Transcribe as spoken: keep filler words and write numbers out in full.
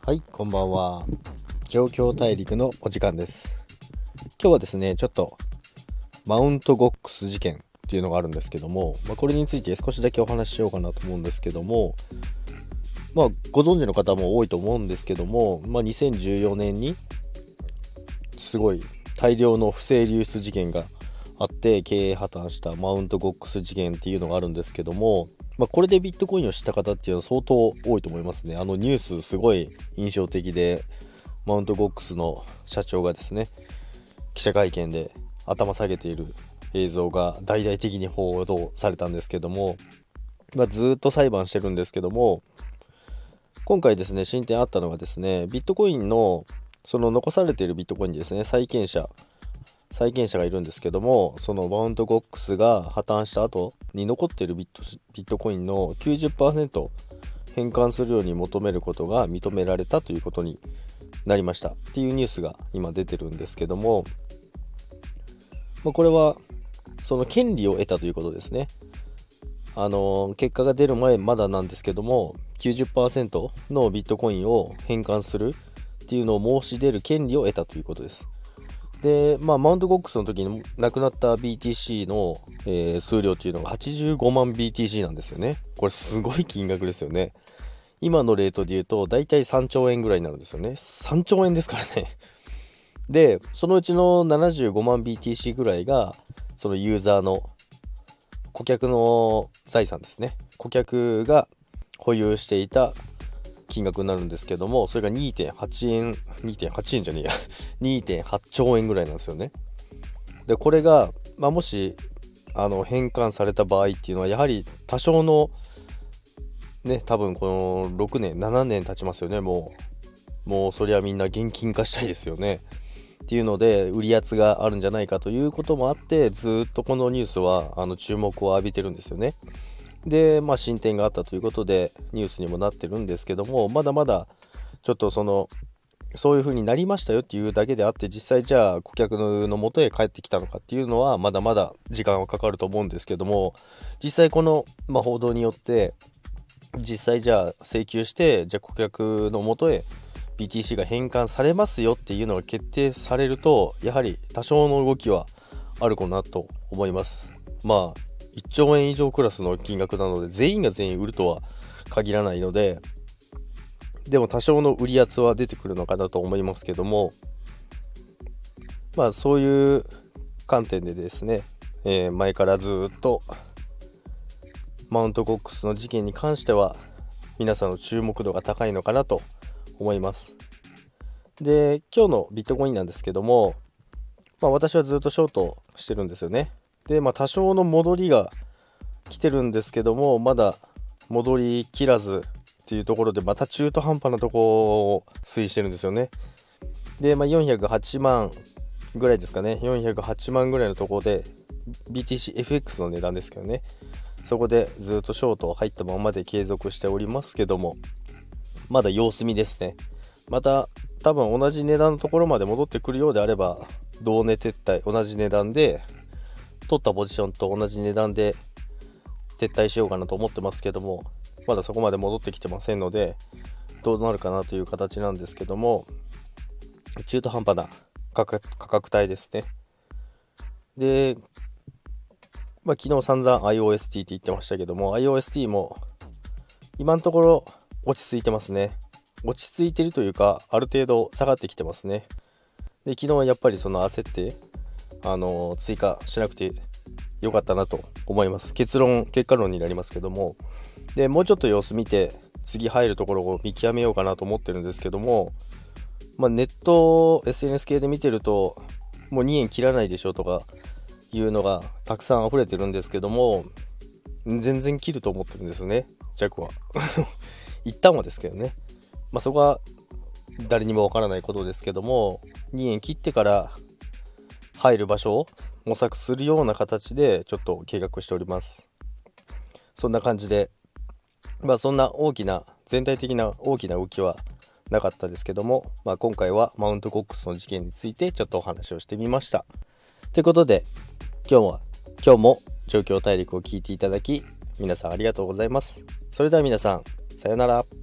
はい、こんばんは。状況大陸のお時間です。今日はですね、ちょっとマウントゴックス事件っていうのがあるんですけども、まあ、これについて少しだけお話ししようかなと思うんですけども、まあ、ご存知の方も多いと思うんですけども、まあ、にせんじゅうよねんにすごい大量の不正流出事件があって経営破綻したマウントゴックス事件っていうのがあるんですけども、まあ、これでビットコインを知った方っていうのは相当多いと思いますね。あのニュースすごい印象的で、マウントゴックスの社長がですね、記者会見で頭下げている映像が大々的に報道されたんですけども、まあ、ずっと裁判してるんですけども、今回ですね、進展あったのがですね、ビットコインのその残されているビットコインにですね、債権者債権者がいるんですけども、そのマウントゴックスが破綻した後に残っているビット、ビットコインの きゅうじゅっパーセント 返還するように求めることが認められたということになりましたっていうニュースが今出てるんですけども、まあ、これはその権利を得たということですね。あの結果が出る前まだなんですけども、 きゅうじゅっパーセント のビットコインを返還するっていうのを申し出る権利を得たということです。で、まあ、マウントゴックスの時に亡くなった ビーティーシー の、えー、数量っていうのがはちじゅうごまん ビーティーシー なんですよね。これすごい金額ですよね。今のレートで言うとだいたいさんちょうえんぐらいになるんですよね。さんちょうえんですからね。で、そのうちのななじゅうごまん ビーティーシー ぐらいがそのユーザーの顧客の財産ですね。顧客が保有していた金額になるんですけども、それが にてんはちえん にてんはちえんじゃねえやにてんはちちょうえんぐらいなんですよね。でこれが、まあ、もしあの返還された場合っていうのはやはり多少のね、多分このろくねんななねん経ちますよね。もうもうそりゃみんな現金化したいですよねっていうので、売り圧があるんじゃないかということもあって、ずっとこのニュースはあの注目を浴びてるんですよね。で、まあ、進展があったということでニュースにもなってるんですけども、まだまだちょっとそのそういう風になりましたよっていうだけであって、実際じゃあ顧客の元へ帰ってきたのかっていうのはまだまだ時間はかかると思うんですけども、実際この、まあ、報道によって実際じゃあ請求して、じゃあ顧客の元へ ビーティーシー が返還されますよっていうのが決定されると、やはり多少の動きはあるかなと思います。まあいっちょうえん以上クラスの金額なので、全員が全員売るとは限らないので、でも多少の売り圧は出てくるのかなと思いますけども、まあそういう観点でですね、えー、前からずっとマウントゴックスの事件に関しては皆さんの注目度が高いのかなと思います。で、今日のビットコインなんですけども、まあ私はずっとショートしてるんですよね。で、まあ多少の戻りが来てるんですけども、まだ戻りきらずっていうところで、また中途半端なところを推移してるんですよね。で、まあ、よんひゃくはちまんぐらいですかね。よんひゃくはちまんぐらいのところで ビーティーシーエフエックス の値段ですけどね、そこでずっとショート入ったままで継続しておりますけども、まだ様子見ですね。また多分同じ値段のところまで戻ってくるようであれば、同値撤退、同じ値段で取ったポジションと同じ値段で撤退しようかなと思ってますけども、まだそこまで戻ってきてませんので、どうなるかなという形なんですけども、中途半端な価格、価格帯ですね。で、まあ、昨日散々 アイオーエスティー って言ってましたけども、 アイオーエスティー も今のところ落ち着いてますね。落ち着いてるというか、ある程度下がってきてますね。で、昨日はやっぱりその焦ってあのー、追加しなくてよかったなと思います。結論、結果論になりますけども、でもうちょっと様子見て次入るところを見極めようかなと思ってるんですけども、まあ、ネット エスエヌエス 系で見てるともうにえん切らないでしょとかいうのがたくさん溢れてるんですけども、全然切ると思ってるんですよね、弱は一旦はですけどね。まあそこは誰にもわからないことですけども、にえん切ってから入る場所を模索するような形でちょっと計画しております。そんな感じで、まあそんな大きな全体的な大きな動きはなかったですけども、まあ、今回はマウントゴックスの事件についてちょっとお話をしてみました。ということで、今日は今日も状況大陸を聞いていただき皆さんありがとうございます。それでは皆さん、さよなら。